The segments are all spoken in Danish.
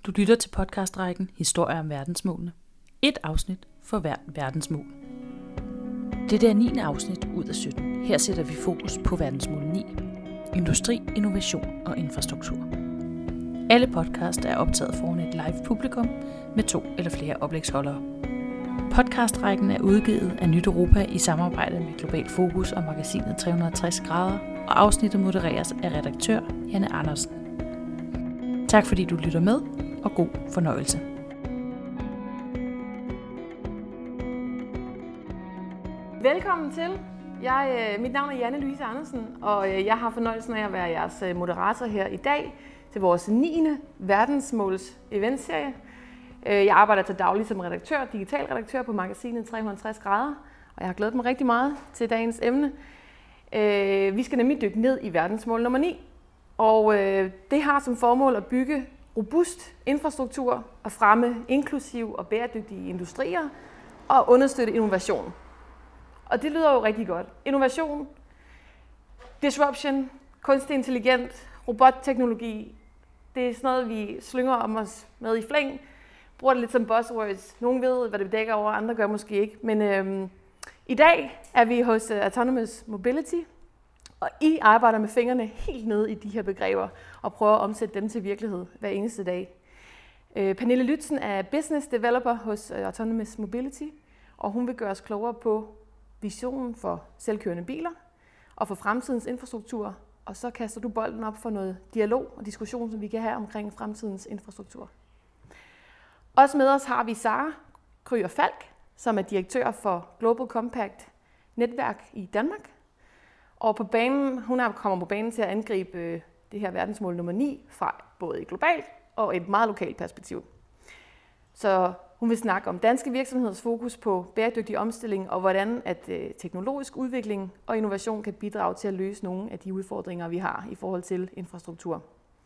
Du lytter til podcastrækken Historier om verdensmålene. Et afsnit for hvert verdensmål. Dette er 9. afsnit ud af 17. Her sætter vi fokus på verdensmål 9. Industri, innovation og infrastruktur. Alle podcast er optaget foran et live publikum med 2 eller flere oplægsholdere. Podcastrækken er udgivet af Nyt Europa i samarbejde med Global Fokus og magasinet 360 grader, og afsnittet modereres af redaktør Janne Andersen. Tak fordi du lytter med, og god fornøjelse. Velkommen til. Mit navn er Janne Louise Andersen, og jeg har fornøjelsen af at være jeres moderator her i dag til vores 9. verdensmåls eventserie. Jeg arbejder til daglig som redaktør, digital redaktør på magasinet 360 grader, og jeg har glædet mig rigtig meget til dagens emne. Vi skal nemlig dykke ned i verdensmål nummer 9, og det har som formål at bygge robust infrastruktur og fremme inklusiv og bæredygtige industrier og understøtte innovation. Og det lyder jo rigtig godt. Innovation, disruption, kunstig intelligens, robotteknologi, det er sådan noget, vi slynger om os med i flæng. Bruger det lidt som buzzwords. Nogle ved, hvad det dækker over, andre gør måske ikke. Men i dag er vi hos Autonomous Mobility, og I arbejder med fingrene helt nede i de her begreber og prøver at omsætte dem til virkelighed hver eneste dag. Pernille Lützen er business developer hos Autonomous Mobility, og hun vil gøre os klogere på visionen for selvkørende biler og for fremtidens infrastruktur. Og så kaster du bolden op for noget dialog og diskussion, som vi kan have omkring fremtidens infrastruktur. Også med os har vi Sara Krüger Falk, som er direktør for Global Compact netværk i Danmark. Og på banen, kommer på banen til at angribe det her verdensmål nummer 9 fra både et globalt og et meget lokalt perspektiv. Så hun vil snakke om danske virksomheders fokus på bæredygtig omstilling og hvordan at teknologisk udvikling og innovation kan bidrage til at løse nogle af de udfordringer, vi har i forhold til infrastruktur.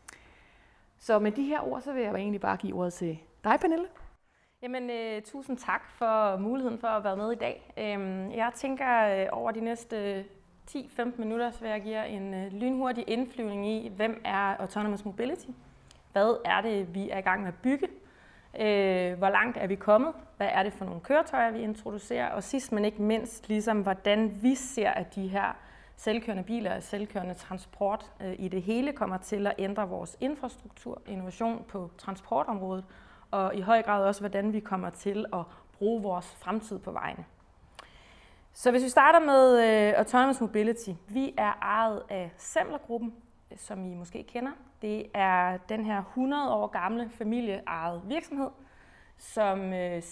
Så med de her ord, så vil jeg egentlig bare give ordet til dig, Pernille. Jamen, tusind tak for muligheden for at være med i dag. Jeg tænker over de næste 10-15 minutter, så vil jeg give en lynhurtig indflyvning i, hvem er Autonomous Mobility? Hvad er det, vi er i gang med at bygge? Hvor langt er vi kommet? Hvad er det for nogle køretøjer, vi introducerer? Og sidst, men ikke mindst, ligesom hvordan vi ser, at de her selvkørende biler og selvkørende transport i det hele kommer til at ændre vores infrastruktur, innovation på transportområdet, og i høj grad også, hvordan vi kommer til at bruge vores fremtid på vejene. Så hvis vi starter med Autonomous Mobility. Vi er ejet af Semler-gruppen, som I måske kender. Det er den her 100 år gamle familieejede virksomhed, som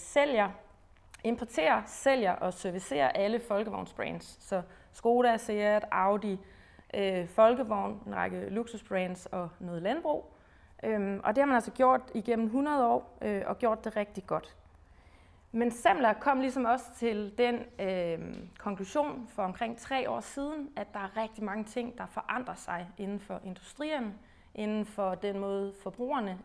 importerer, sælger og servicerer alle folkevognsbrands. Så Skoda, Seat, Audi, Folkevogn, en række luksusbrands og noget landbrug. Og det har man altså gjort igennem 100 år og gjort det rigtig godt. Men Semler kom ligesom også til den konklusion for omkring 3 år siden, at der er rigtig mange ting, der forandrer sig inden for industrien, inden for den måde forbrugerne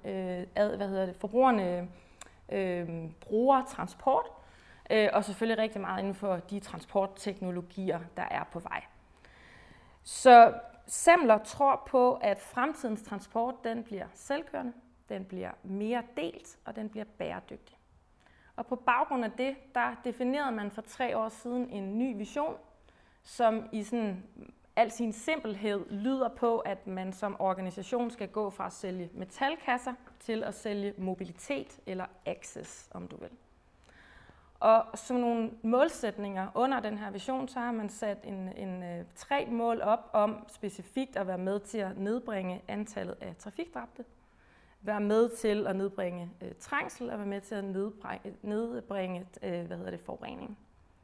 bruger transport, og selvfølgelig rigtig meget inden for de transportteknologier, der er på vej. Så Semler tror på, at fremtidens transport den bliver selvkørende, den bliver mere delt, og den bliver bæredygtig. Og på baggrund af det, der definerede man for 3 år siden en ny vision, som i sådan al sin simpelhed lyder på, at man som organisation skal gå fra at sælge metalkasser til at sælge mobilitet eller access, om du vil. Og som nogle målsætninger under den her vision, så har man sat 3 mål op om specifikt at være med til at nedbringe antallet af trafikdræbte, være med til at nedbringe trængsel og være med til at nedbringe forurening.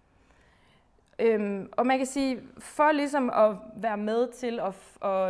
Og man kan sige, for ligesom at være med til at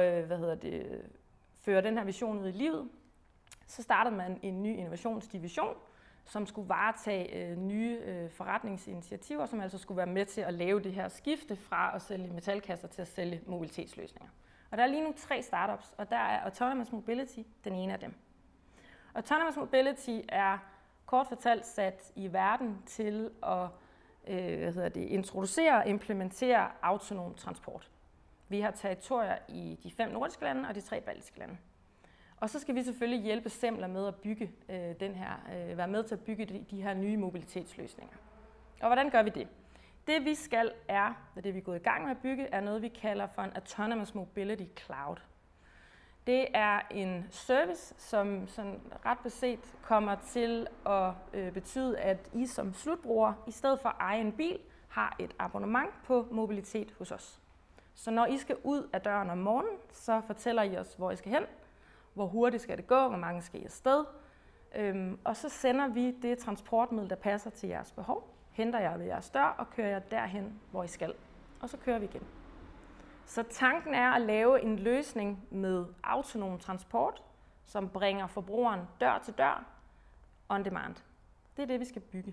føre den her vision ud i livet, så startede man en ny innovationsdivision, som skulle varetage nye forretningsinitiativer, som altså skulle være med til at lave det her skifte fra at sælge metalkasser til at sælge mobilitetsløsninger. Og der er lige nu 3 startups, og der er Autonomous Mobility den ene af dem. Autonomous Mobility er kort fortalt sat i verden til at introducere og implementere autonom transport. Vi har territorier i de 5 nordiske lande og de 3 baltiske lande. Og så skal vi selvfølgelig hjælpe Semler med at bygge være med til at bygge de her nye mobilitetsløsninger. Og hvordan gør vi det? Det vi skal og det vi er gået i gang med at bygge, er noget vi kalder for en Autonomous Mobility Cloud. Det er en service, som sådan ret beset kommer til at betyde, at I som slutbruger, i stedet for at eje en bil, har et abonnement på mobilitet hos os. Så når I skal ud af døren om morgenen, så fortæller I os, hvor I skal hen, hvor hurtigt skal det gå, hvor mange skal I afsted. Og så sender vi det transportmiddel, der passer til jeres behov, henter jer ved jeres dør og kører jer derhen, hvor I skal. Og så kører vi igen. Så tanken er at lave en løsning med autonom transport, som bringer forbrugeren dør til dør on demand. Det er det, vi skal bygge.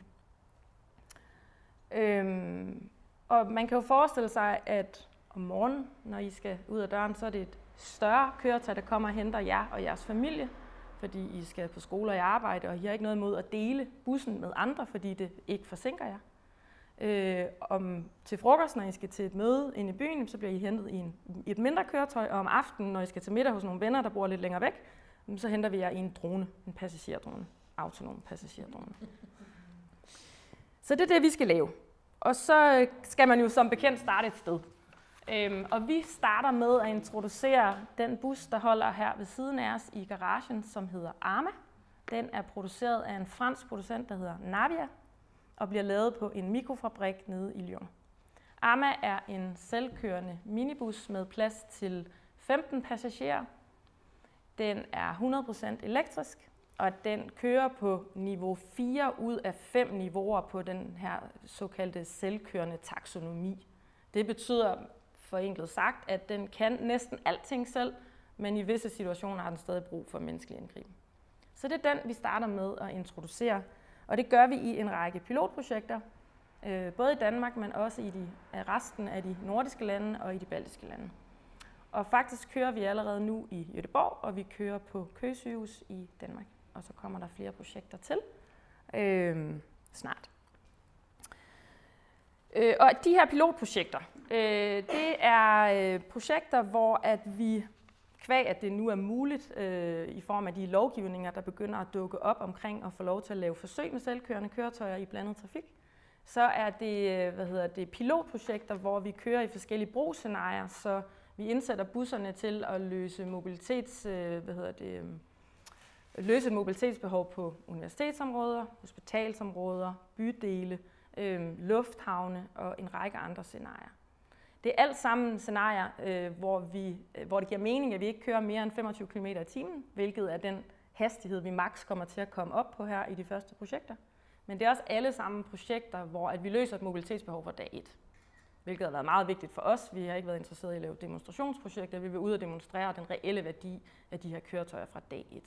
Og man kan jo forestille sig, at om morgenen, når I skal ud af døren, så er det et større køretøj, der kommer og henter jer og jeres familie, fordi I skal på skole og i arbejde, og I har ikke noget imod at dele bussen med andre, fordi det ikke forsinker jer. Til frokost, når I skal til et møde inde i byen, så bliver I hentet i et mindre køretøj, og om aftenen, når I skal til middag hos nogle venner, der bor lidt længere væk, så henter vi jer i en drone, en passagerdrone, autonom passagerdrone. Så det er det, vi skal lave. Og så skal man jo som bekendt starte et sted. Og vi starter med at introducere den bus, der holder her ved siden af os i garagen, som hedder Arma. Den er produceret af en fransk producent, der hedder Navia, og bliver lavet på en mikrofabrik nede i Lyon. Arma er en selvkørende minibus med plads til 15 passagerer. Den er 100% elektrisk, og den kører på niveau 4 ud af 5 niveauer på den her såkaldte selvkørende taksonomi. Det betyder forenklet sagt, at den kan næsten alting selv, men i visse situationer har den stadig brug for menneskelig indgriben. Så det er den, vi starter med at introducere, og det gør vi i en række pilotprojekter, både i Danmark, men også i resten af de nordiske lande og i de baltiske lande. Og faktisk kører vi allerede nu i Göteborg, og vi kører på Køge Sygehus i Danmark, og så kommer der flere projekter til snart. Og de her pilotprojekter, det er projekter, hvor at vi, kvæg at det nu er muligt i form af de lovgivninger, der begynder at dukke op omkring at få lov til at lave forsøg med selvkørende køretøjer i blandet trafik, så er det pilotprojekter, hvor vi kører i forskellige brugsscenarier, så vi indsætter busserne til at løse løse et mobilitetsbehov på universitetsområder, hospitalsområder, bydele, lufthavne og en række andre scenarier. Det er alt sammen scenarier, hvor det giver mening, at vi ikke kører mere end 25 km i timen, hvilket er den hastighed, vi maks kommer til at komme op på her i de første projekter. Men det er også alle sammen projekter, hvor at vi løser et mobilitetsbehov fra dag 1. Hvilket har været meget vigtigt for os. Vi har ikke været interesseret i at lave demonstrationsprojekter. Vi vil ud og demonstrere den reelle værdi af de her køretøjer fra dag 1.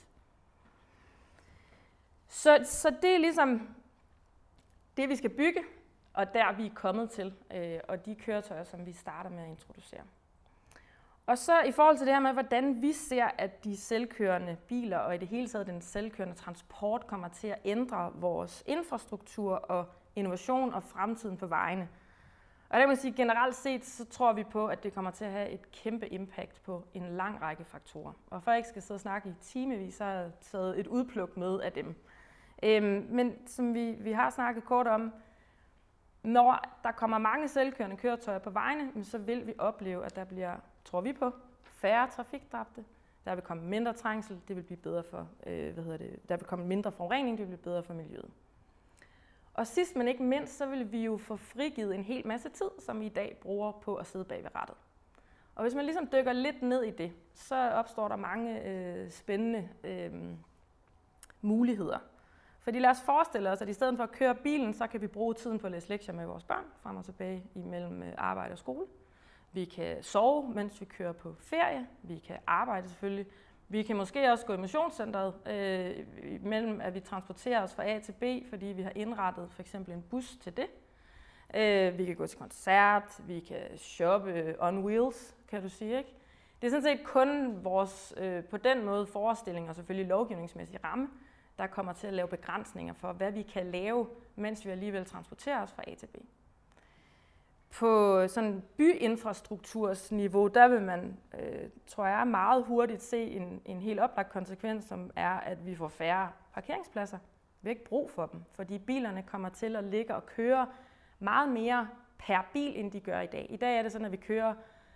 Så det er ligesom det, vi skal bygge, og der vi er kommet til, og de køretøjer, som vi starter med at introducere. Og så i forhold til det her med, hvordan vi ser, at de selvkørende biler og i det hele taget den selvkørende transport kommer til at ændre vores infrastruktur og innovation og fremtiden på vejene. Og der kan man sige, generelt set, så tror vi på, at det kommer til at have et kæmpe impact på en lang række faktorer. Og for at jeg ikke skal sidde og snakke i timevis, så har jeg taget et udpluk med af dem. Men som vi har snakket kort om, når der kommer mange selvkørende køretøjer på vejene, så vil vi opleve, at der bliver, tror vi på, færre trafikdræbte. Der vil komme mindre trængsel, det vil blive bedre for, der vil komme mindre forurening, det vil blive bedre for miljøet. Og sidst men ikke mindst, så vil vi jo få frigivet en hel masse tid, som vi i dag bruger på at sidde bag ved rattet. Og hvis man ligesom dykker lidt ned i det, så opstår der mange spændende muligheder. Fordi lad os forestille os, at i stedet for at køre bilen, så kan vi bruge tiden på at læse lektier med vores børn, frem og tilbage imellem arbejde og skole. Vi kan sove, mens vi kører på ferie. Vi kan arbejde selvfølgelig. Vi kan måske også gå i motionscenteret, mellem at vi transporterer os fra A til B, fordi vi har indrettet for eksempel en bus til det. Vi kan gå til koncert, vi kan shoppe on wheels, kan du sige, ikke? Det er sådan set kun vores, på den måde, forestilling og selvfølgelig lovgivningsmæssig ramme, der kommer til at lave begrænsninger for, hvad vi kan lave, mens vi alligevel transporterer os fra A til B. På sådan byinfrastruktursniveau, der vil man, tror jeg, meget hurtigt se en helt oplagt konsekvens, som er, at vi får færre parkeringspladser. Vi har ikke brug for dem, fordi bilerne kommer til at ligge og køre meget mere per bil, end de gør i dag. I dag er det sådan, at vi kører,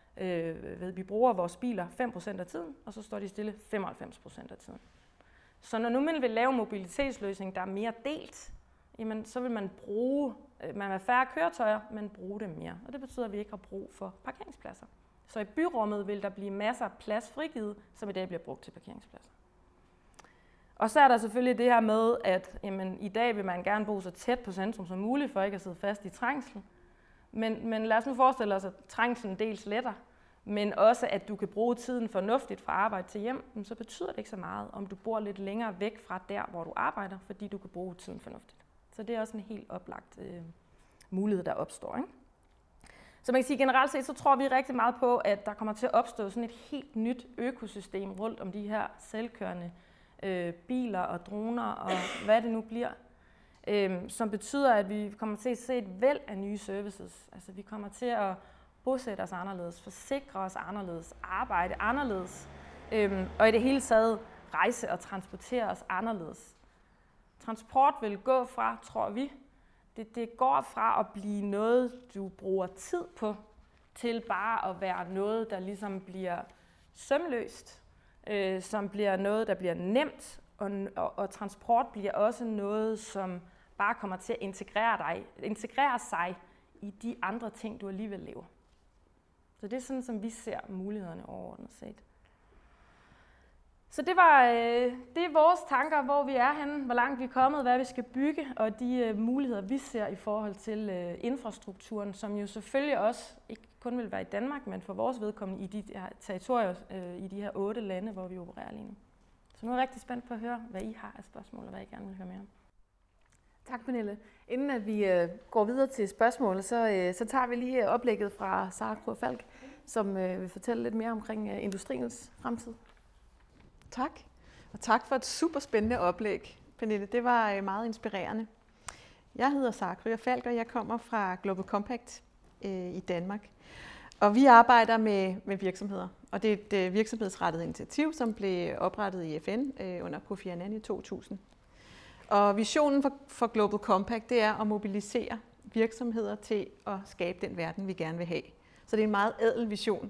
vi bruger vores biler 5% af tiden, og så står de stille 95% af tiden. Så når nu man vil lave en mobilitetsløsning, der er mere delt, jamen, så vil man vil færre køretøjer, men bruge dem mere. Og det betyder, at vi ikke har brug for parkeringspladser. Så i byrummet vil der blive masser af plads frigivet, som i dag bliver brugt til parkeringspladser. Og så er der selvfølgelig det her med, at jamen, i dag vil man gerne bo så tæt på centrum som muligt, for ikke at sidde fast i trængsel. Men lad os nu forestille os, at trængslen dels letter, men også at du kan bruge tiden fornuftigt fra arbejde til hjem, så betyder det ikke så meget, om du bor lidt længere væk fra der, hvor du arbejder, fordi du kan bruge tiden fornuftigt. Så det er også en helt oplagt mulighed, der opstår. Ikke? Så man kan sige generelt set, så tror vi rigtig meget på, at der kommer til at opstå sådan et helt nyt økosystem rundt om de her selvkørende biler og droner og hvad det nu bliver, som betyder, at vi kommer til at se et væld af nye services. Altså vi kommer til at bosætte os anderledes, forsikre os anderledes, arbejde anderledes, og i det hele taget rejse og transportere os anderledes. Transport vil gå fra, tror vi, det går fra at blive noget, du bruger tid på, til bare at være noget, der ligesom bliver sømløst, som bliver noget, der bliver nemt, og transport bliver også noget, som bare kommer til at integrere sig i de andre ting, du alligevel lever. Så det er sådan, som vi ser mulighederne overordnet set. Så det er vores tanker, hvor vi er henne, hvor langt vi er kommet, hvad vi skal bygge, og de muligheder, vi ser i forhold til infrastrukturen, som jo selvfølgelig også ikke kun vil være i Danmark, men for vores vedkommende i de her territorier, i de her 8 lande, hvor vi opererer lige nu. Så nu er jeg rigtig spændt på at høre, hvad I har af spørgsmål, og hvad I gerne vil høre mere om. Tak, Pernille. Inden at vi går videre til spørgsmål, så tager vi lige oplægget fra Sara Krog Falk, som vil fortælle lidt mere omkring industriens fremtid. Tak, og tak for et super spændende oplæg, Pernille. Det var meget inspirerende. Jeg hedder Sara Krog Falk, og jeg kommer fra Global Compact i Danmark. Og vi arbejder med virksomheder, og det er et virksomhedsrettet initiativ, som blev oprettet i FN under Kofi Annan i 2000. Og visionen for Global Compact, det er at mobilisere virksomheder til at skabe den verden, vi gerne vil have. Så det er en meget ædel vision,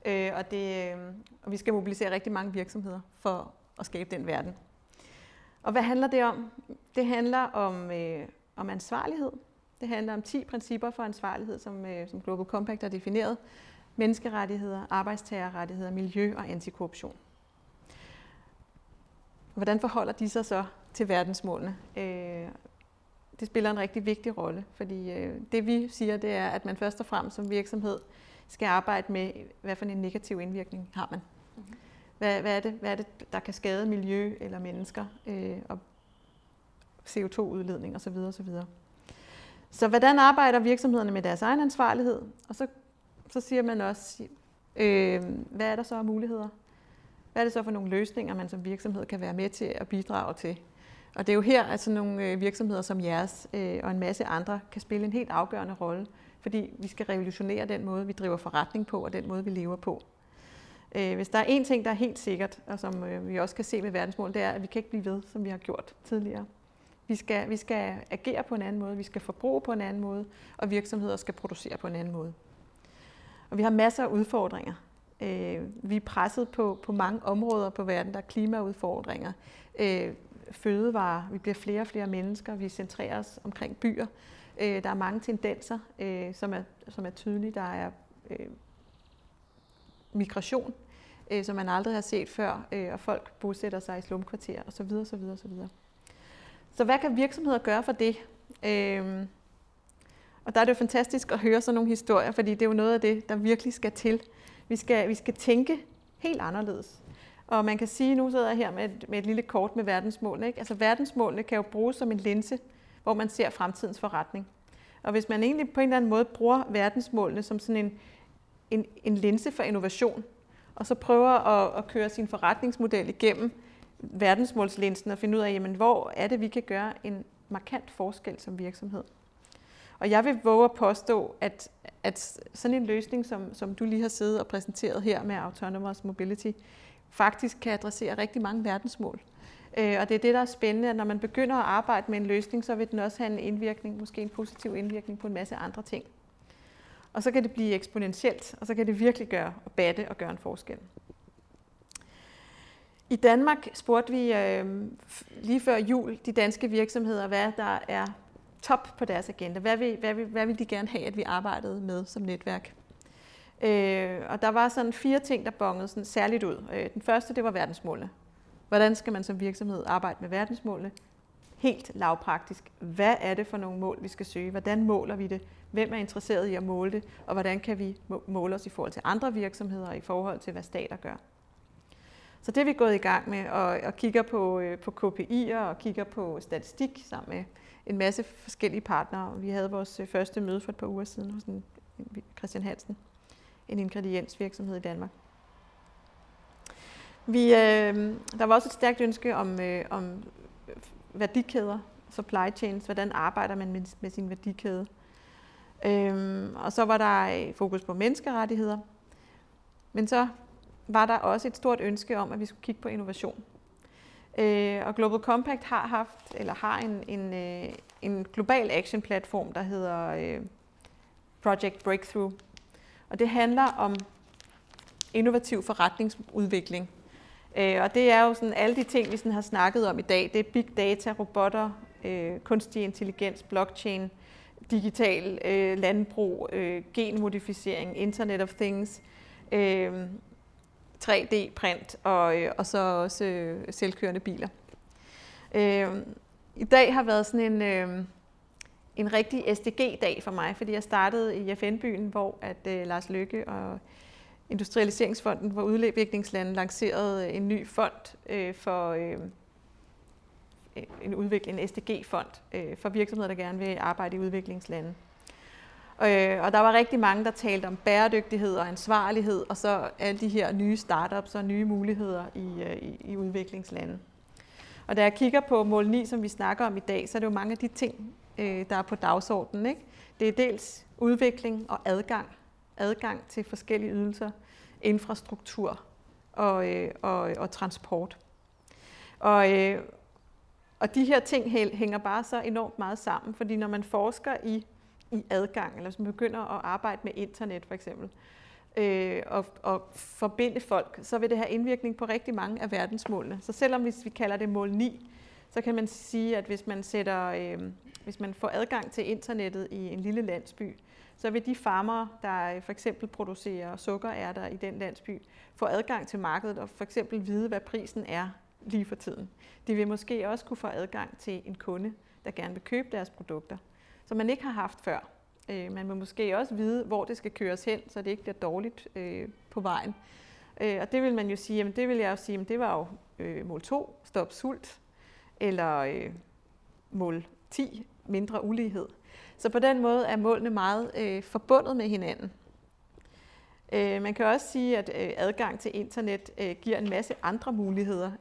og vi skal mobilisere rigtig mange virksomheder for at skabe den verden. Og hvad handler det om? Det handler om ansvarlighed. Det handler om 10 principper for ansvarlighed, som Global Compact har defineret. Menneskerettigheder, arbejdstagerrettigheder, miljø og antikorruption. Hvordan forholder de sig så til verdensmålene? Det spiller en rigtig vigtig rolle, fordi det vi siger, det er, at man først og fremmest som virksomhed skal arbejde med, hvad for en negativ indvirkning har man. Hvad er det, der kan skade miljø eller mennesker, og CO2-udledning osv. osv. Så hvordan arbejder virksomhederne med deres egen ansvarlighed? Og så siger man også, hvad er der så af muligheder? Hvad er det så for nogle løsninger, man som virksomhed kan være med til at bidrage til? Og det er jo her, at sådan nogle virksomheder som jeres og en masse andre kan spille en helt afgørende rolle, fordi vi skal revolutionere den måde, vi driver forretning på, og den måde, vi lever på. Hvis der er én ting, der er helt sikkert, og som vi også kan se med verdensmål, det er, at vi kan ikke blive ved, som vi har gjort tidligere. Vi skal agere på en anden måde, vi skal forbruge på en anden måde, og virksomheder skal producere på en anden måde. Og vi har masser af udfordringer. Vi er presset på mange områder på verden. Der er klimaudfordringer, fødevarer, vi bliver flere og flere mennesker, vi centrerer os omkring byer. Der er mange tendenser, som er tydelige. Der er migration, som man aldrig har set før, og folk bosætter sig i slumkvarterer osv. osv. osv. Så hvad kan virksomheder gøre for det? Og der er det jo fantastisk at høre sådan nogle historier, fordi det er jo noget af det, der virkelig skal til. Vi skal tænke helt anderledes. Og man kan sige, nu sidder jeg her med et lille kort med verdensmålene. Ikke? Altså verdensmålene kan jo bruges som en linse, hvor man ser fremtidens forretning. Og hvis man egentlig på en eller anden måde bruger verdensmålene som sådan en linse for innovation, og så prøver at køre sin forretningsmodel igennem verdensmålslinsen og finde ud af, jamen, hvor er det, vi kan gøre en markant forskel som virksomhed. Og jeg vil våge at påstå, at sådan en løsning, som du lige har siddet og præsenteret her med Autonomous Mobility, faktisk kan adressere rigtig mange verdensmål. Og det er det, der er spændende, at når man begynder at arbejde med en løsning, så vil den også have en indvirkning, måske en positiv indvirkning på en masse andre ting. Og så kan det blive eksponentielt, og så kan det virkelig gøre og batte og gøre en forskel. I Danmark spurgte vi lige før jul de danske virksomheder, hvad der er top på deres agenda. Hvad vil de gerne have, at vi arbejdede med som netværk? Og der var sådan 4 ting, der bongede sådan særligt ud. Den første, det var verdensmålene. Hvordan skal man som virksomhed arbejde med verdensmålene? Helt lavpraktisk. Hvad er det for nogle mål, vi skal søge? Hvordan måler vi det? Hvem er interesseret i at måle det? Og hvordan kan vi måle os i forhold til andre virksomheder og i forhold til, hvad stater gør? Så det er vi gået i gang med, og kigger på KPI'er og kigger på statistik sammen med en masse forskellige partnere. Vi havde vores første møde for et par uger siden hos Christian Hansen, en ingrediensvirksomhed i Danmark. Der var også et stærkt ønske om værdikæder, supply chains, hvordan arbejder man med sin værdikæde. Og så var der fokus på menneskerettigheder, men så var der også et stort ønske om, at vi skulle kigge på innovation. Og Global Compact har en global action-platform, der hedder Project Breakthrough. Og det handler om innovativ forretningsudvikling. Og det er jo sådan alle de ting, vi sådan har snakket om i dag. Det er big data, robotter, kunstig intelligens, blockchain, digital landbrug, genmodificering, Internet of Things, 3D-print og så også selvkørende biler. I dag har været sådan en rigtig SDG-dag for mig, fordi jeg startede i FN-byen, hvor at Lars Løkke og Industrialiseringsfonden for udviklingslande lancerede en ny fond for en SDG-fond for virksomheder, der gerne vil arbejde i udviklingslande. Og der var rigtig mange, der talte om bæredygtighed og ansvarlighed, og så alle de her nye startups og nye muligheder i udviklingslande. Og da jeg kigger på mål 9, som vi snakker om i dag, så er det jo mange af de ting, der er på dagsordenen, ikke? Det er dels udvikling og adgang til forskellige ydelser, infrastruktur og transport. Og de her ting hænger bare så enormt meget sammen, fordi når man forsker i adgang, eller hvis man begynder at arbejde med internet for eksempel, og forbinde folk, så vil det have indvirkning på rigtig mange af verdensmålene. Så selvom hvis vi kalder det mål 9, så kan man sige, at hvis man får adgang til internettet i en lille landsby, så vil de farmere, der for eksempel producerer sukkerærter i den landsby, få adgang til markedet og for eksempel vide, hvad prisen er lige for tiden. De vil måske også kunne få adgang til en kunde, der gerne vil købe deres produkter, som man ikke har haft før. Man vil måske også vide, hvor det skal køres hen, så det ikke bliver dårligt på vejen. Og det vil man jo sige, jamen det vil jeg jo sige, jamen det var jo mål 2, stop sult, eller mål 10, mindre ulighed. Så på den måde er målene meget forbundet med hinanden. Man kan også sige, at adgang til internet giver en masse andre muligheder,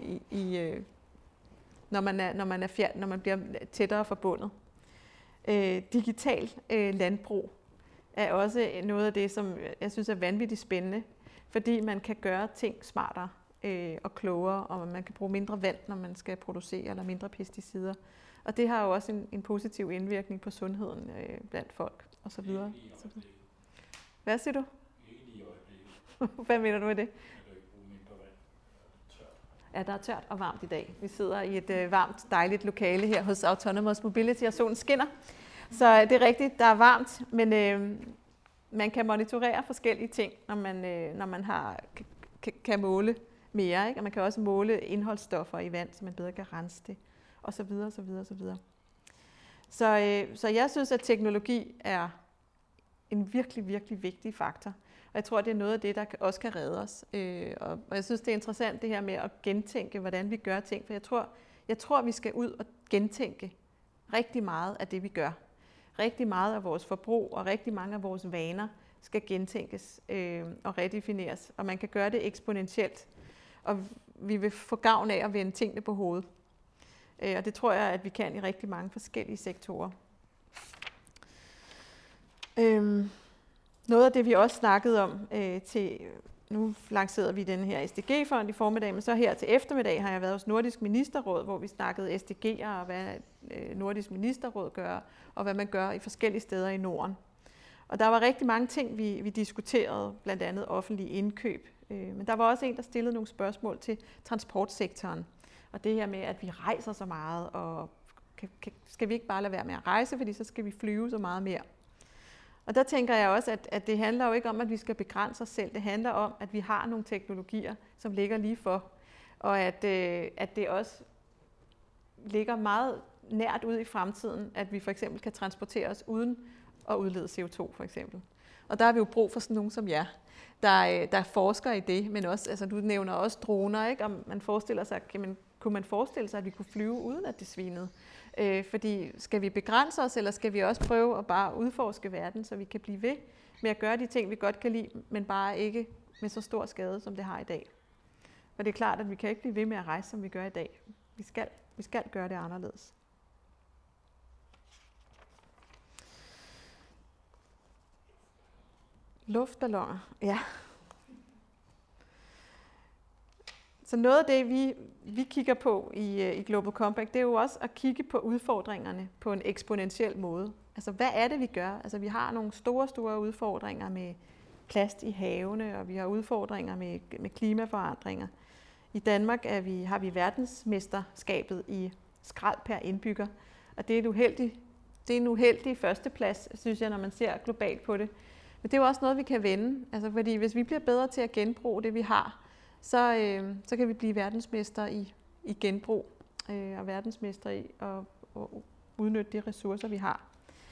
når man bliver tættere forbundet. Digital landbrug er også noget af det, som jeg synes er vanvittigt spændende, fordi man kan gøre ting smartere og klogere, og man kan bruge mindre vand, når man skal producere, eller mindre pesticider. Og det har jo også en positiv indvirkning på sundheden blandt folk, og så videre. Hvad siger du? Hvad mener du med det? Ja, der er tørt og varmt i dag. Vi sidder i et varmt, dejligt lokale her hos Autonomous Mobility, og solen skinner. Så det er rigtigt, der er varmt, men man kan monitorere forskellige ting, når man kan måle mere, ikke? Og man kan også måle indholdsstoffer i vand, så man bedre kan rense det, og så videre, så videre, så videre. Så jeg synes, at teknologi er en virkelig, virkelig vigtig faktor. Og jeg tror, det er noget af det, der også kan redde os. Og jeg synes, det er interessant det her med at gentænke, hvordan vi gør ting. For jeg tror, vi skal ud og gentænke rigtig meget af det, vi gør. Rigtig meget af vores forbrug og rigtig mange af vores vaner skal gentænkes og redefineres. Og man kan gøre det eksponentielt. Og vi vil få gavn af at vende tingene på hovedet. Og det tror jeg, at vi kan i rigtig mange forskellige sektorer. noget af det, vi også snakkede om nu lancerede vi den her SDG-fond i formiddag, men så her til eftermiddag har jeg været hos Nordisk Ministerråd, hvor vi snakkede SDG'er og hvad Nordisk Ministerråd gør, og hvad man gør i forskellige steder i Norden. Og der var rigtig mange ting, vi diskuterede, blandt andet offentlige indkøb. Men der var også en, der stillede nogle spørgsmål til transportsektoren. Og det her med, at vi rejser så meget, og skal vi ikke bare lade være med at rejse, fordi så skal vi flyve så meget mere. Og der tænker jeg også, at det handler jo ikke om, at vi skal begrænse os selv. Det handler om, at vi har nogle teknologier, som ligger lige for. Og at det også ligger meget nært ud i fremtiden, at vi for eksempel kan transportere os uden at udlede CO2 for eksempel. Og der har vi jo brug for sådan nogen som jer, der forsker i det, men også, altså du nævner også droner, ikke? Om man forestiller sig, kunne man forestille sig, at vi kunne flyve uden at det svinede? Fordi skal vi begrænse os, eller skal vi også prøve at bare udforske verden, så vi kan blive ved med at gøre de ting, vi godt kan lide, men bare ikke med så stor skade, som det har i dag. For det er klart, at vi kan ikke blive ved med at rejse, som vi gør i dag. Vi skal gøre det anderledes. Luftballoner, ja. Så noget af det, vi kigger på i Global Compact, det er jo også at kigge på udfordringerne på en eksponentiel måde. Altså, hvad er det, vi gør? Altså, vi har nogle store udfordringer med plast i havene, og vi har udfordringer med klimaforandringer. I Danmark har vi verdensmesterskabet i skrald per indbygger, og det er en uheldig førsteplads, synes jeg, når man ser globalt på det. Men det er jo også noget, vi kan vende, altså, fordi hvis vi bliver bedre til at genbruge det, vi har, så kan vi blive verdensmester i genbrug og verdensmester i at udnytte de ressourcer, vi har.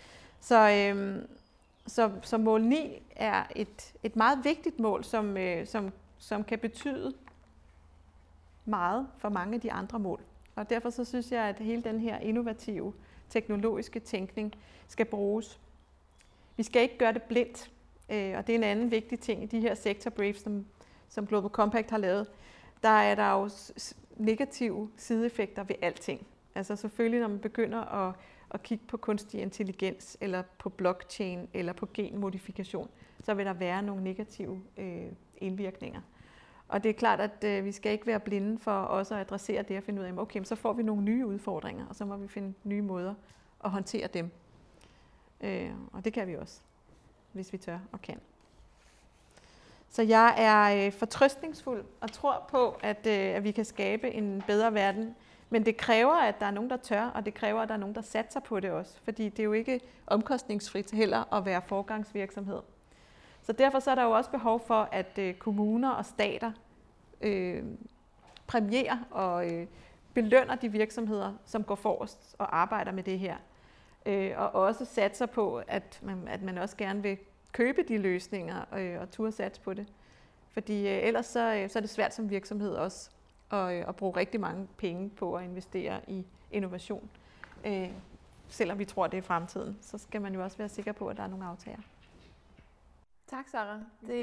Så mål 9 er et meget vigtigt mål, som kan betyde meget for mange af de andre mål. Og derfor så synes jeg, at hele den her innovative teknologiske tænkning skal bruges. Vi skal ikke gøre det blindt, og det er en anden vigtig ting i de her sektorbriefs, som Global Compact har lavet. Der er der jo negative sideeffekter ved alting. Altså selvfølgelig, når man begynder at kigge på kunstig intelligens, eller på blockchain, eller på genmodifikation, så vil der være nogle negative indvirkninger. Og det er klart, at vi skal ikke være blinde for også at adressere det og finde ud af, okay, så får vi nogle nye udfordringer, og så må vi finde nye måder at håndtere dem. Og det kan vi også, hvis vi tør og kan. Så jeg er fortrøstningsfuld og tror på, at vi kan skabe en bedre verden. Men det kræver, at der er nogen, der tør, og det kræver, at der er nogen, der satser på det også. Fordi det er jo ikke omkostningsfrit heller at være forgangsvirksomhed. Så derfor så er der jo også behov for, at kommuner og stater præmierer og belønner de virksomheder, som går forrest og arbejder med det her. Og også satser på, at man også gerne vil købe de løsninger og turde satse på det. Fordi ellers så er det svært som virksomhed også at bruge rigtig mange penge på at investere i innovation. Selvom vi tror, det er fremtiden, så skal man jo også være sikker på, at der er nogle aftager. Tak, Sarah.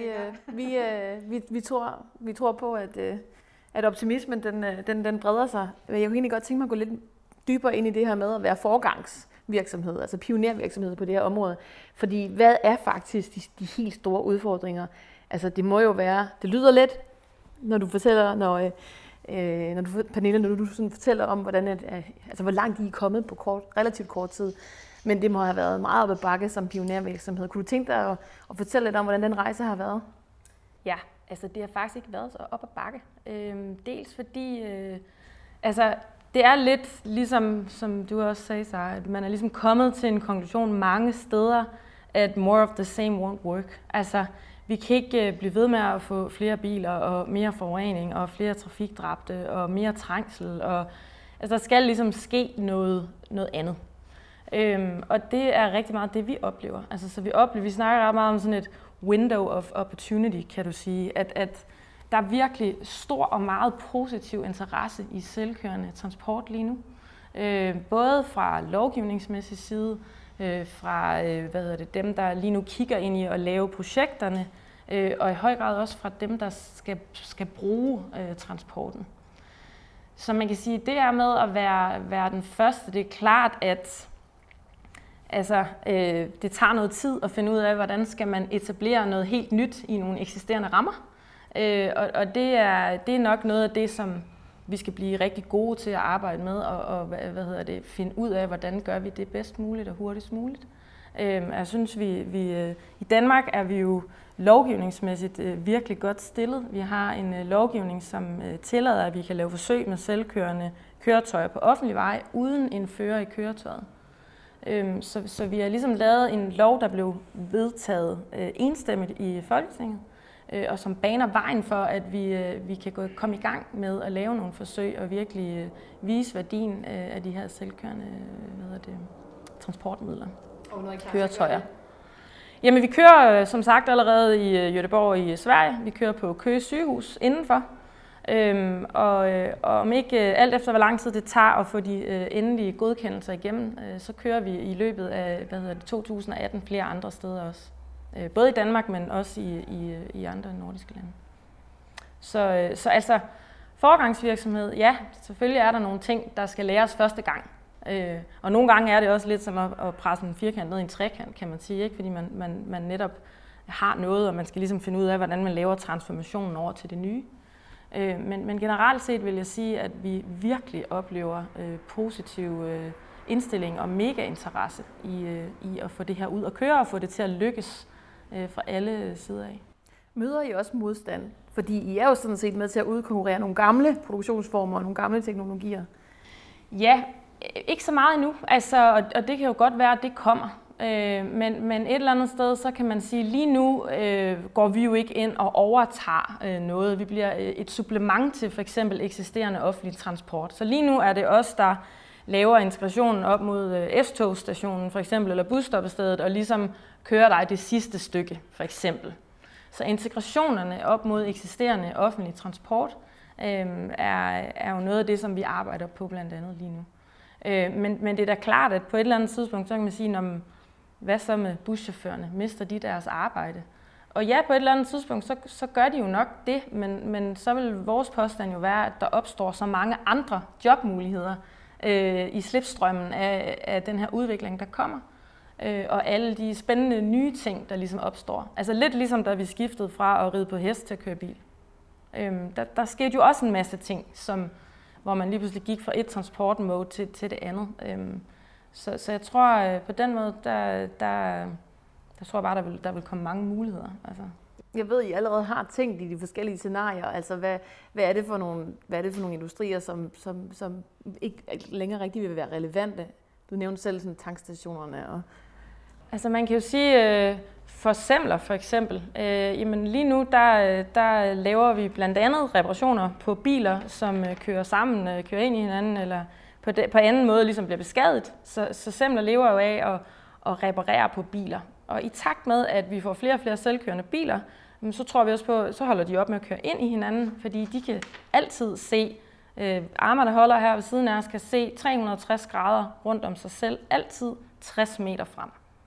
Vi tror på, at optimismen den breder sig. Jeg kunne egentlig godt tænke mig at gå lidt dybere ind i det her med at være forgangsvirksomhed, altså pionervirksomhed på det her område. Fordi hvad er faktisk de helt store udfordringer? Altså det må jo være, det lyder let, når du fortæller, Pernille, når du sådan fortæller om, hvor langt I er kommet på relativt kort tid. Men det må have været meget op ad bakke som pionervirksomhed. Kunne du tænke dig at fortælle lidt om, hvordan den rejse har været? Ja, altså det har faktisk ikke været så op ad bakke. Dels fordi, det er lidt ligesom, som du også sagde, Sarah, at man er ligesom kommet til en konklusion mange steder, at more of the same won't work. Altså, vi kan ikke blive ved med at få flere biler og mere forurening og flere trafikdræbte og mere trængsel. Der skal ligesom ske noget andet. Og det er rigtig meget det, vi oplever. Altså, så vi snakker ret meget om sådan et window of opportunity, kan du sige, at der er virkelig stor og meget positiv interesse i selvkørende transport lige nu. Både fra lovgivningsmæssig side, fra dem, der lige nu kigger ind i at lave projekterne, og i høj grad også fra dem, der skal bruge transporten. Så man kan sige, at det er med at være den første. Det er klart, Altså, det tager noget tid at finde ud af, hvordan skal man etablere noget helt nyt i nogle eksisterende rammer. Og det er nok noget af det, som vi skal blive rigtig gode til at arbejde med og finde ud af, hvordan gør vi det bedst muligt og hurtigst muligt. Jeg synes, i Danmark er vi jo lovgivningsmæssigt virkelig godt stillet. Vi har en lovgivning, som tillader, at vi kan lave forsøg med selvkørende køretøjer på offentlig vej, uden en fører i køretøjet. Så vi har ligesom lavet en lov, der blev vedtaget enstemmigt i Folketinget, og som baner vejen for, at vi kan komme i gang med at lave nogle forsøg og virkelig vise værdien af de her selvkørende transportmidler. Køretøjer. Jamen, vi kører som sagt allerede i Göteborg i Sverige. Vi kører på Køge sygehus indenfor. Og om ikke alt efter, hvor lang tid det tager at få de endelige godkendelser igennem, så kører vi i løbet af 2018 flere andre steder også. Både i Danmark, men også i andre nordiske lande. Så altså, foregangsvirksomhed, ja, selvfølgelig er der nogle ting, der skal læres første gang. Og nogle gange er det også lidt som at presse en firkant ned i en trekant, kan man sige, ikke? Fordi man netop har noget, og man skal ligesom finde ud af, hvordan man laver transformationen over til det nye. Men generelt set vil jeg sige, at vi virkelig oplever positiv indstilling og mega interesse i at få det her ud at køre og få det til at lykkes fra alle sider af. Møder I også modstand? Fordi I er jo sådan set med til at udkonkurrere nogle gamle produktionsformer og nogle gamle teknologier. Ja, ikke så meget endnu, altså, og det kan jo godt være, at det kommer. Men et eller andet sted, så kan man sige, lige nu går vi jo ikke ind og overtager noget. Vi bliver et supplement til for eksempel eksisterende offentlig transport. Så lige nu er det os, der laver integrationen op mod S-togstationen for eksempel, eller busstoppestedet, og ligesom kører dig det sidste stykke for eksempel. Så integrationerne op mod eksisterende offentlig transport er jo noget af det, som vi arbejder på blandt andet lige nu. Men det er da klart, at på et eller andet tidspunkt, så kan man sige, hvad så med buschaufførerne? Mister de deres arbejde? Og ja, på et eller andet tidspunkt, så gør de jo nok det, men så vil vores påstand jo være, at der opstår så mange andre jobmuligheder i slipstrømmen af den her udvikling, der kommer. Og alle de spændende nye ting, der ligesom opstår. Altså lidt ligesom da vi skiftede fra at ride på hest til at køre bil. Der skete jo også en masse ting, hvor man lige pludselig gik fra et transportmode til det andet. Så jeg tror på den måde, der tror jeg bare, der vil komme mange muligheder. Altså. Jeg ved, I allerede har tænkt i de forskellige scenarier. Altså, hvad er det for nogle industrier, som ikke længere rigtig vil være relevante? Du nævnte selv sådan tankstationerne. Altså man kan jo sige, forsempler for eksempel. Jamen lige nu der laver vi blandt andet reparationer på biler, som kører sammen, kører ind i hinanden, eller på anden måde ligesom bliver beskadiget. Så Semler lever jo af at reparere på biler. Og i takt med, at vi får flere og flere selvkørende biler, så tror vi også på, så holder de op med at køre ind i hinanden, fordi de kan altid se, armer der holder her ved siden af os, kan se 360 grader rundt om sig selv, altid 60 meter frem.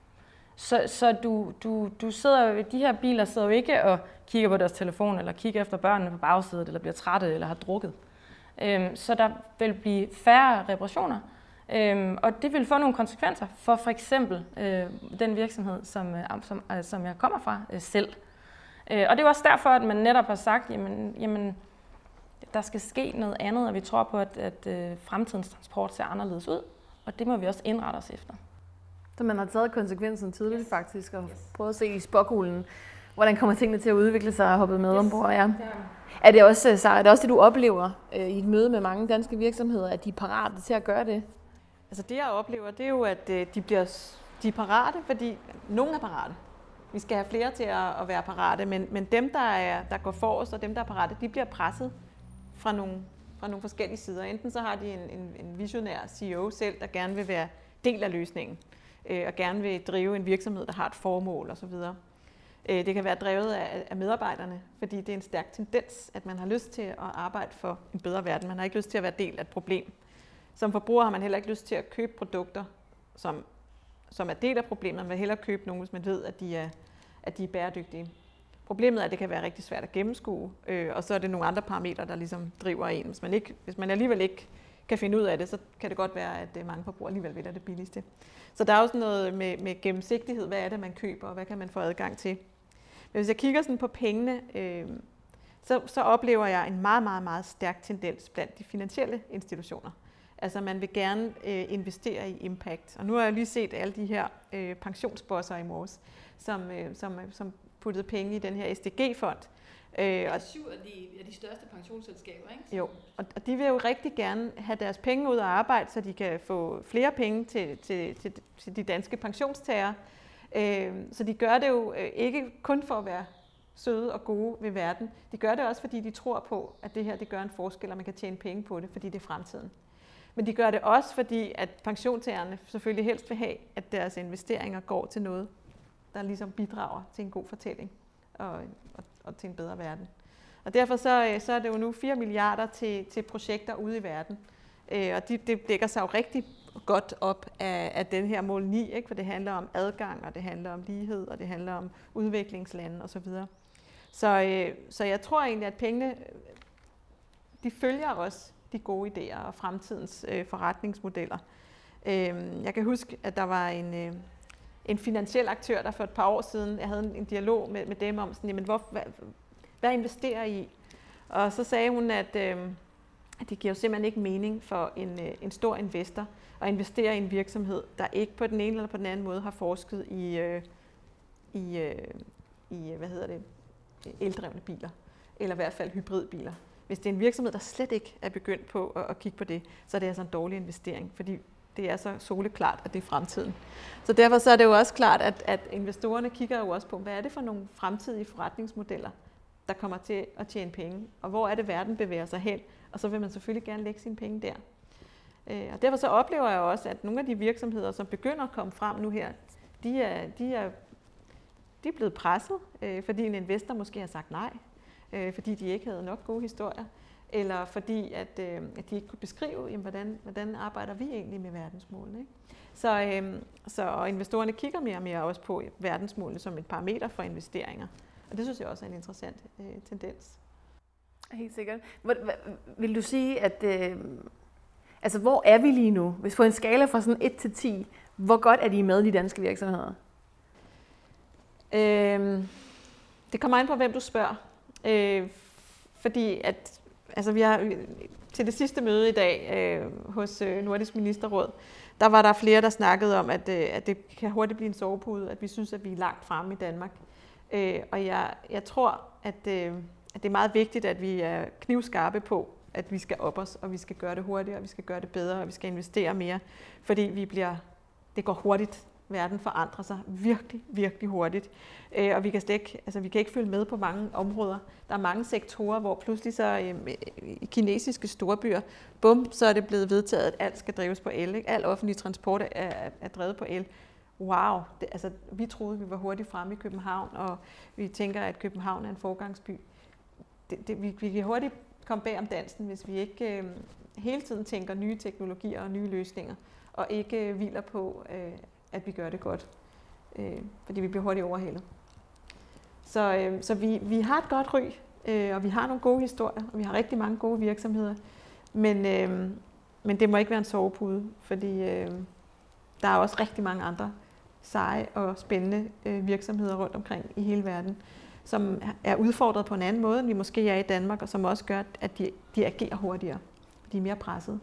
Så du sidder, de her biler sidder jo ikke og kigger på deres telefon, eller kigger efter børnene på bagsædet, eller bliver trætte, eller har drukket. Så der vil blive færre reparationer, og det vil få nogle konsekvenser for eksempel den virksomhed, som jeg kommer fra selv. Og det er også derfor, at man netop har sagt, jamen der skal ske noget andet, og vi tror på, at fremtidens transport ser anderledes ud, og det må vi også indrette os efter. Så man har taget konsekvensen tidligt faktisk, og prøvet at se i spåkuglen, hvordan kommer tingene til at udvikle sig og hoppe med ombord. Ja. Er det også, Sara, det, du oplever i et møde med mange danske virksomheder, at de er parate til at gøre det? Altså det, jeg oplever, det er jo, at de er parate, fordi nogen er parate. Vi skal have flere til at være parate, men dem, der går forrest, og dem, der er parate, de bliver presset fra nogle forskellige sider. Enten så har de en visionær CEO selv, der gerne vil være del af løsningen, og gerne vil drive en virksomhed, der har et formål osv. Det kan være drevet af medarbejderne, fordi det er en stærk tendens, at man har lyst til at arbejde for en bedre verden. Man har ikke lyst til at være del af et problem. Som forbruger har man heller ikke lyst til at købe produkter, som er del af problemet. Man vil hellere købe nogle, hvis man ved, at de er bæredygtige. Problemet er, at det kan være rigtig svært at gennemskue, og så er det nogle andre parametre, der ligesom driver en. Hvis man alligevel ikke kan finde ud af det, så kan det godt være, at mange forbrugere alligevel vælger det billigste. Så der er jo sådan noget med gennemsigtighed. Hvad er det, man køber, og hvad kan man få adgang til? Men hvis jeg kigger sådan på pengene, så oplever jeg en meget, meget, meget stærk tendens blandt de finansielle institutioner. Altså man vil gerne investere i impact. Og nu har jeg lige set alle de her pensionsbosser i morges, som puttede penge i den her SDG-fond. Det er 7 af de største pensionsselskaber, ikke? Jo, og de vil jo rigtig gerne have deres penge ud at arbejde, så de kan få flere penge til de danske pensionstagere. Så de gør det jo ikke kun for at være søde og gode ved verden. De gør det også, fordi de tror på, at det her det gør en forskel, og man kan tjene penge på det, fordi det er fremtiden. Men de gør det også, fordi at pensionstagerne selvfølgelig helst vil have, at deres investeringer går til noget, der ligesom bidrager til en god fortælling og til en bedre verden. Og derfor så er det jo nu 4 milliarder til projekter ude i verden. Og det dækker sig jo rigtig godt op af den her mål 9, ikke? For det handler om adgang, og det handler om lighed, og det handler om udviklingslande osv. Så jeg tror egentlig, at pengene de følger også de gode idéer og fremtidens forretningsmodeller. Jeg kan huske, at der var en finansiel aktør, der for et par år siden, jeg havde en dialog med dem om, sådan, jamen, hvad investerer I i? Og så sagde hun, at det giver jo simpelthen ikke mening for en stor investor at investere i en virksomhed, der ikke på den ene eller på den anden måde har forsket i eldrevne biler, eller i hvert fald hybridbiler. Hvis det er en virksomhed, der slet ikke er begyndt på at kigge på det, så er det altså en dårlig investering, fordi det er så soleklart, at det er fremtiden. Så derfor så er det jo også klart, at investorerne kigger jo også på, hvad er det for nogle fremtidige forretningsmodeller, der kommer til at tjene penge, og hvor er det, verden bevæger sig hen, og så vil man selvfølgelig gerne lægge sine penge der. Og derfor så oplever jeg også, at nogle af de virksomheder, som begynder at komme frem nu her, de er blevet presset, fordi en investor måske har sagt nej, fordi de ikke havde nok gode historier, eller fordi at de ikke kunne beskrive, jamen, hvordan arbejder vi egentlig med verdensmålene. Ikke? Så investorerne kigger mere og mere også på verdensmålene som et parameter for investeringer. Og det synes jeg også er en interessant tendens. Helt sikkert. Vil du sige, at altså, hvor er vi lige nu? Hvis på en skala fra sådan 1 til 10, hvor godt er de med, de danske virksomheder? Det kommer an på, hvem du spørger. Fordi at altså vi har til det sidste møde i dag hos Nordisk Ministerråd, der var der flere, der snakkede om, at det kan hurtigt blive en sovepude, at vi synes, at vi er langt fremme i Danmark. Og jeg tror, at det er meget vigtigt, at vi er knivskarpe på, at vi skal op os, og vi skal gøre det hurtigere, og vi skal gøre det bedre, og vi skal investere mere, fordi det går hurtigt. Verden forandrer sig virkelig, virkelig hurtigt. Og vi kan ikke følge med på mange områder. Der er mange sektorer, hvor pludselig så i kinesiske storbyer, så er det blevet vedtaget, at alt skal drives på el. Ikke? Al offentlig transport er drevet på el. Wow! Vi troede, vi var hurtigt fremme i København, og vi tænker, at København er en forgangsby. Vi kan hurtigt komme bag om dansen, hvis vi ikke hele tiden tænker nye teknologier og nye løsninger, og ikke hviler på, at vi gør det godt, fordi vi bliver hurtigt overhalet. Så vi har et godt ry, og vi har nogle gode historier, og vi har rigtig mange gode virksomheder, men det må ikke være en sovepude, fordi der er også rigtig mange andre seje og spændende virksomheder rundt omkring i hele verden, som er udfordret på en anden måde, end vi måske er i Danmark, og som også gør, at de agerer hurtigere. De er mere presset.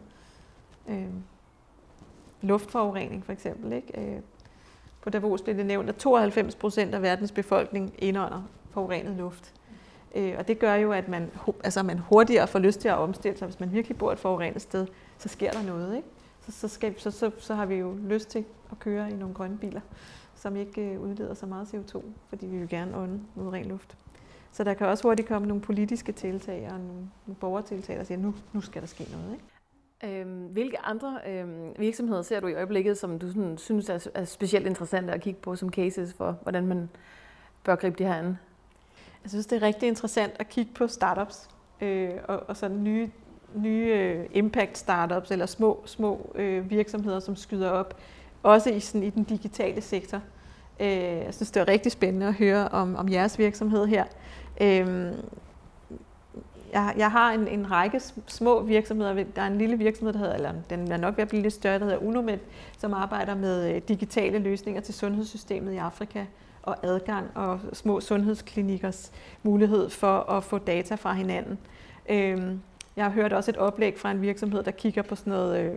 Luftforurening for eksempel. Ikke? På Davos blev det nævnt, at 92% af verdens befolkning indånder forurenet luft. Og det gør jo, at man hurtigere får lyst til at omstille sig. Hvis man virkelig bor et forurenet sted, så sker der noget. Ikke? Så har vi jo lyst til at køre i nogle grønne biler, som ikke udleder så meget CO2, fordi vi vil gerne ånde noget ren luft. Så der kan også hurtigt komme nogle politiske tiltag og nogle borgertiltag, der siger, nu skal der ske noget. Ikke? Hvilke andre virksomheder ser du i øjeblikket, som du sådan, synes er specielt interessante at kigge på som cases for, hvordan man bør gribe det her an? Jeg synes, det er rigtig interessant at kigge på startups og sådan nye impact startups eller små virksomheder, som skyder op, også i den digitale sektor. Jeg synes, det er rigtig spændende at høre om jeres virksomhed her. Jeg har en række små virksomheder. Der er en lille virksomhed, der hedder, eller den er nok ved at blive lidt større, der hedder Unomed, som arbejder med digitale løsninger til sundhedssystemet i Afrika og adgang og små sundhedsklinikkers mulighed for at få data fra hinanden. Jeg har hørt også et oplæg fra en virksomhed, der kigger på sådan noget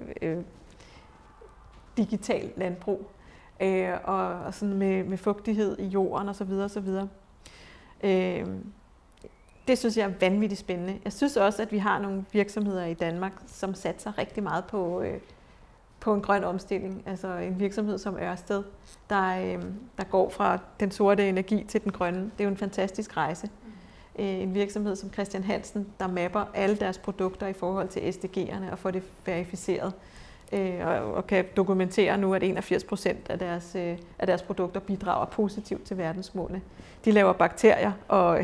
digital landbrug og sådan med fugtighed i jorden osv. osv. Det synes jeg er vanvittigt spændende. Jeg synes også, at vi har nogle virksomheder i Danmark, som satser rigtig meget på en grøn omstilling. Altså en virksomhed som Ørsted, der går fra den sorte energi til den grønne. Det er jo en fantastisk rejse. En virksomhed som Christian Hansen, der mapper alle deres produkter i forhold til SDG'erne og får det verificeret. Og kan dokumentere nu, at 81% af deres produkter bidrager positivt til verdensmålene. De laver bakterier og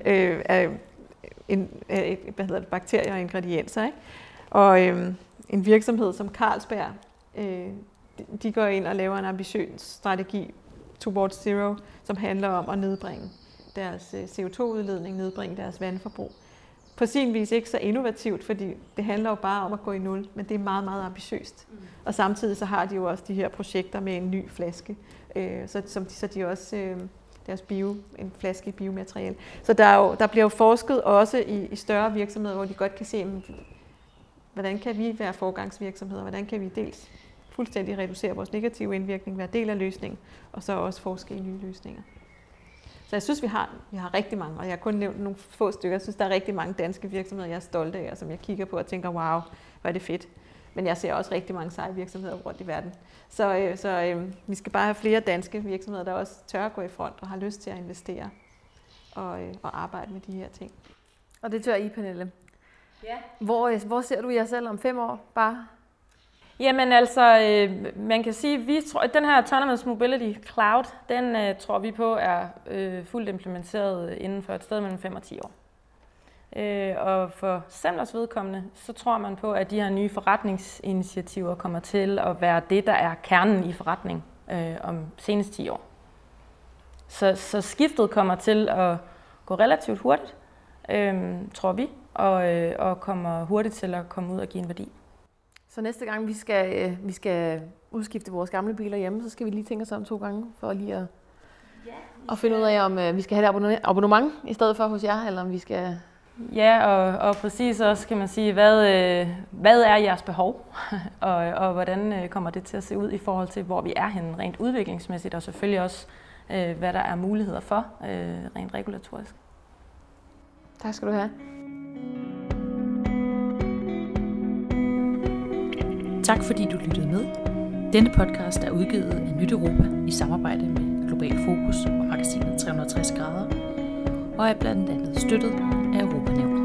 bakterier og ingredienser, ikke? Og en virksomhed som Carlsberg, de går ind og laver en ambitiøs strategi towards zero, som handler om at nedbringe deres CO2-udledning, nedbringe deres vandforbrug. På sin vis ikke så innovativt, fordi det handler jo bare om at gå i nul, men det er meget, meget ambitiøst. Og samtidig så har de jo også de her projekter med en ny flaske, så de også en flaske i biomateriale. Så der bliver jo forsket også i større virksomheder, hvor de godt kan se, hvordan kan vi være forgangsvirksomheder, hvordan kan vi dels fuldstændig reducere vores negative indvirkning, være del af løsningen, og så også forske i nye løsninger. Så jeg synes, vi har rigtig mange, og jeg har kun nævnt nogle få stykker. Jeg synes, der er rigtig mange danske virksomheder, jeg er stolt af, og som jeg kigger på og tænker, wow, hvor er det fedt. Men jeg ser også rigtig mange seje virksomheder rundt i verden. Så vi skal bare have flere danske virksomheder, der også tør at gå i front og har lyst til at investere og arbejde med de her ting. Og det tør I, Pernille. Ja. Hvor ser du jer selv om 5 år bare? Jamen altså, man kan sige, at den her Autonomous Mobility Cloud, den tror vi på er fuldt implementeret inden for et sted mellem 5 og 10 år. Og for Semlers vedkommende, så tror man på, at de her nye forretningsinitiativer kommer til at være det, der er kernen i forretning om senest 10 år. Så skiftet kommer til at gå relativt hurtigt, tror vi, og kommer hurtigt til at komme ud og give en værdi. Så næste gang vi skal udskifte vores gamle biler hjemme, så skal vi lige tænke os om 2 gange, for lige at finde ud af, om vi skal have et abonnement i stedet for hos jer, eller om vi skal... Ja, og præcis også kan man sige, hvad er jeres behov, og hvordan kommer det til at se ud i forhold til, hvor vi er henne rent udviklingsmæssigt, og selvfølgelig også, hvad der er muligheder for rent regulatorisk. Tak skal du have. Tak fordi du lyttede med. Denne podcast er udgivet af Nyt Europa i samarbejde med Global Fokus og magasinet 360 grader, og er blandt andet støttet af Europanævnet.